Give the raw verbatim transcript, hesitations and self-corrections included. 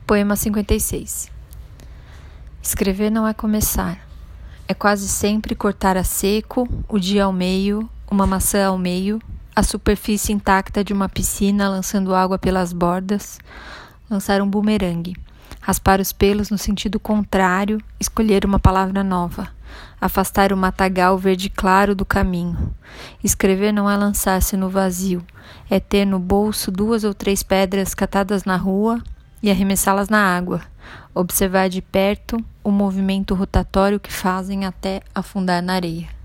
Poema cinquenta e seis. Escrever não é começar. É quase sempre cortar a seco, o dia ao meio, uma maçã ao meio, a superfície intacta de uma piscina lançando água pelas bordas, lançar um bumerangue, raspar os pelos no sentido contrário, escolher uma palavra nova, afastar o matagal verde claro do caminho. Escrever não é lançar-se no vazio, é ter no bolso duas ou três pedras catadas na rua e arremessá-las na água, observar de perto o movimento rotatório que fazem até afundar na areia.